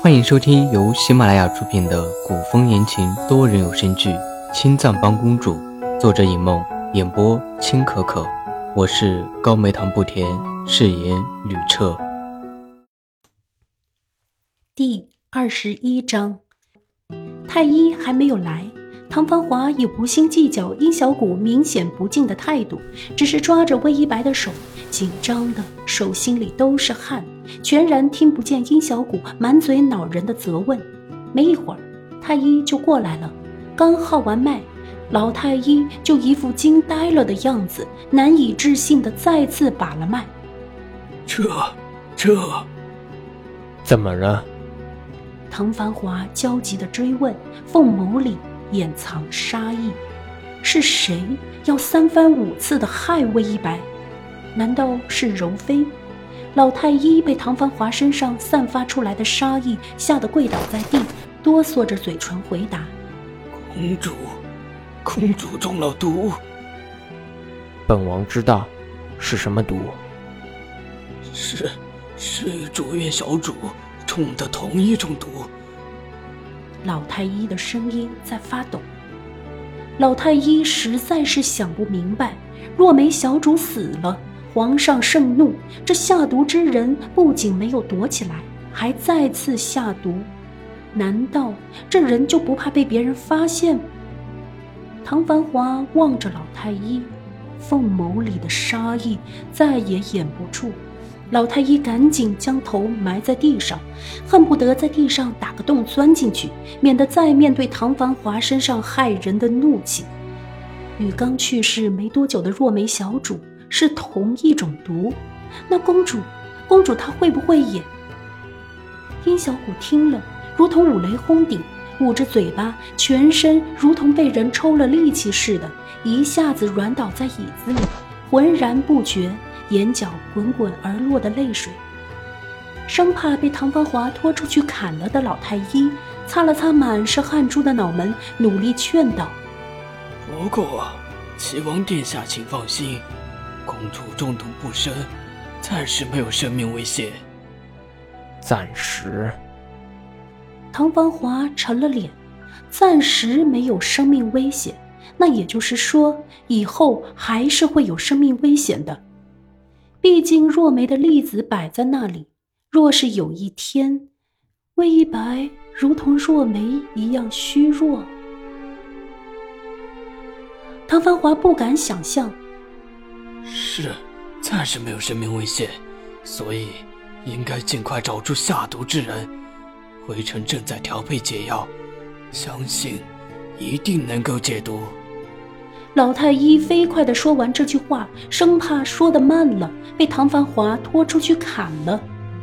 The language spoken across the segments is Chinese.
欢迎收听由喜马拉雅出品的古风言情多人有声剧《青藏帮公主》，作者尹梦，演播青可可。我是高梅糖不甜，饰演吕彻。 第21章，太医还没有来，唐繁华也无心计较殷小谷明显不敬的态度，只是抓着魏一白的手，紧张的手心里都是汗，全然听不见殷小谷满嘴恼人的责问。没一会儿，太医就过来了，刚号完脉，老太医就一副惊呆了的样子，难以置信地再次把了脉。 这怎么了？ 唐繁华焦急地追问，凤眸里掩藏杀意。是谁要三番五次地害魏一白？难道是柔妃？老太医被唐繁华身上散发出来的杀意吓得跪倒在地，哆嗦着嘴唇回答： 公主中了毒。 本王知道是什么毒。 是与卓越小主中的同一种毒。 老太医的声音在发抖。老太医实在是想不明白，若梅小主死了，皇上盛怒，这下毒之人不仅没有躲起来，还再次下毒，难道这人就不怕被别人发现？唐繁华望着老太医，凤眸里的杀意再也掩不住。老太医赶紧将头埋在地上，恨不得在地上打个洞钻进去，免得再面对唐繁华身上害人的怒气。与刚去世没多久的若梅小主是同一种毒，那公主她会不会也？殷小谷听了如同五雷轰顶，捂着嘴巴，全身如同被人抽了力气似的，一下子软倒在椅子里，浑然不觉眼角滚滚而落的泪水。生怕被唐繁华拖出去砍了的老太医擦了擦满是汗珠的脑门，努力劝道： 不过齐王殿下请放心，公主中毒不深，暂时没有生命危险。 暂时。 唐繁华沉了脸，暂时没有生命危险，那也就是说以后还是会有生命危险的。毕竟若梅的例子摆在那里，若是有一天魏一白如同若梅一样虚弱，唐繁华不敢想象。 是，暂时没有生命危险，所以应该尽快找出下毒之人。回城正在调配解药，相信一定能够解毒。 老太医飞快地说完这句话，生怕说得慢了，被唐繁华拖出去砍了。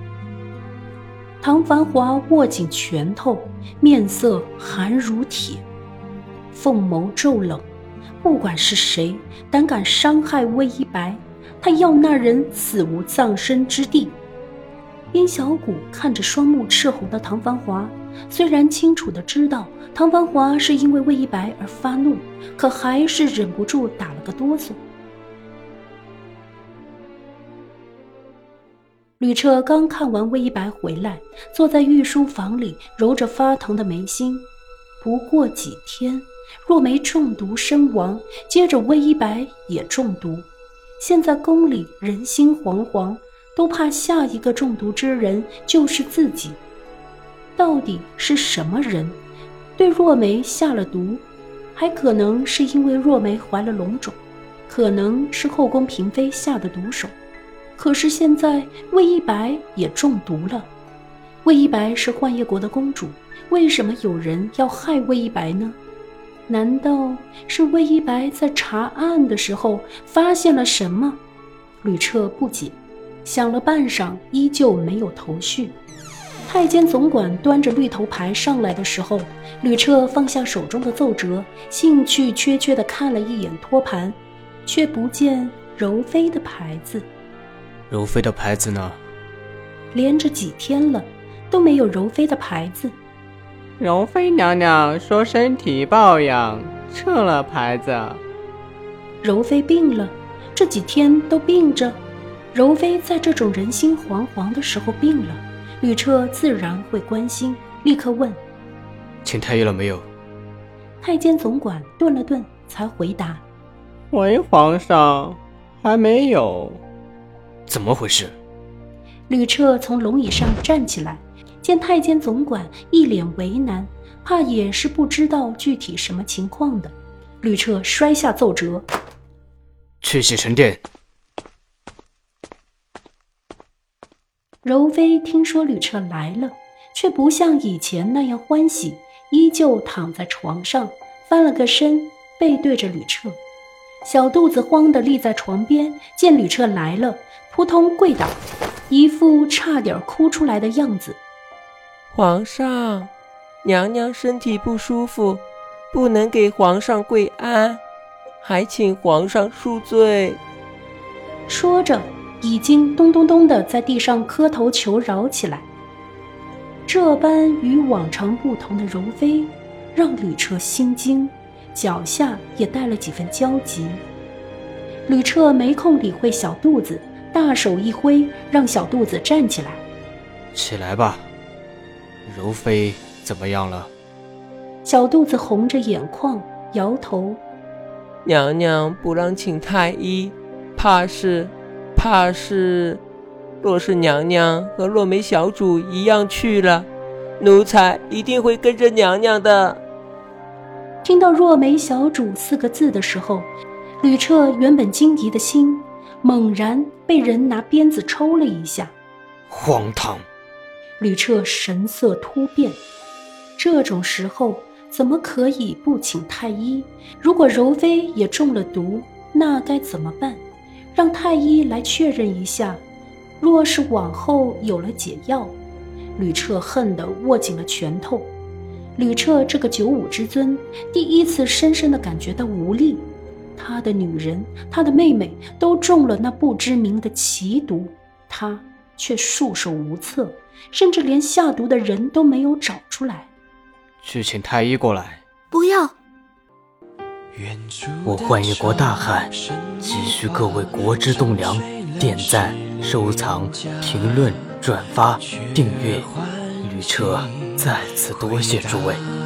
唐繁华握紧拳头，面色寒如铁，凤眸骤冷。不管是谁胆敢伤害魏一白，他要那人死无葬身之地。殷小谷看着双目赤红的唐繁华，虽然清楚地知道唐繁华是因为魏一白而发怒，可还是忍不住打了个哆嗦。吕彻刚看完魏一白回来，坐在御书房里揉着发疼的眉心。不过几天，若梅中毒身亡，接着魏一白也中毒，现在宫里人心惶惶，都怕下一个中毒之人就是自己。到底是什么人对若梅下了毒？还可能是因为若梅怀了龙种，可能是后宫嫔妃下的毒手。可是现在魏一白也中毒了。魏一白是幻夜国的公主，为什么有人要害魏一白呢？难道是魏一白在查案的时候发现了什么？吕彻不解，想了半晌依旧没有头绪。太监总管端着绿头牌上来的时候，吕彻放下手中的奏折，兴趣缺缺地看了一眼托盘，却不见柔妃的牌子。 柔妃的牌子呢？ 连着几天了都没有柔妃的牌子。 柔妃娘娘说身体抱恙，撤了牌子。 柔妃病了，这几天都病着。柔妃在这种人心惶惶的时候病了， 吕彻自然会关心，立刻问： 请太医了没有？ 太监总管顿了顿，才回答： 回皇上，还没有。 怎么回事？ 吕彻从龙椅上站起来，见太监总管一脸为难，怕也是不知道具体什么情况的。吕彻摔下奏折： 去洗尘殿。 柔妃听说吕彻来了，却不像以前那样欢喜，依旧躺在床上，翻了个身，背对着吕彻。小肚子慌地立在床边，见吕彻来了，扑通跪倒，一副差点哭出来的样子。 皇上，娘娘身体不舒服，不能给皇上跪安，还请皇上恕罪。 说着，已经咚咚咚地在地上磕头求饶起来。这般与往常不同的柔妃，让吕彻心惊，脚下也带了几分焦急。吕彻没空理会小肚子，大手一挥，让小肚子站起来。 起来吧。柔妃怎么样了？ 小肚子红着眼眶，摇头。 娘娘不让请太医，怕是，若是娘娘和落梅小主一样去了，奴才一定会跟着娘娘的。 听到若梅小主4个字的时候，吕彻原本惊疑的心猛然被人拿鞭子抽了一下。 荒唐！ 吕彻神色突变，这种时候怎么可以不请太医？如果柔妃也中了毒，那该怎么办？让太医来确认一下，若是往后有了解药。吕彻恨得握紧了拳头。吕彻这个95之尊，第一次深深地感觉到无力。他的女人，他的妹妹都中了那不知名的奇毒，他却束手无策，甚至连下毒的人都没有找出来。 去请太医过来。 不要！ 我唤一国大汉，急需各位国之栋梁，点赞、收藏、评论、转发、订阅。吕彻再次多谢诸位。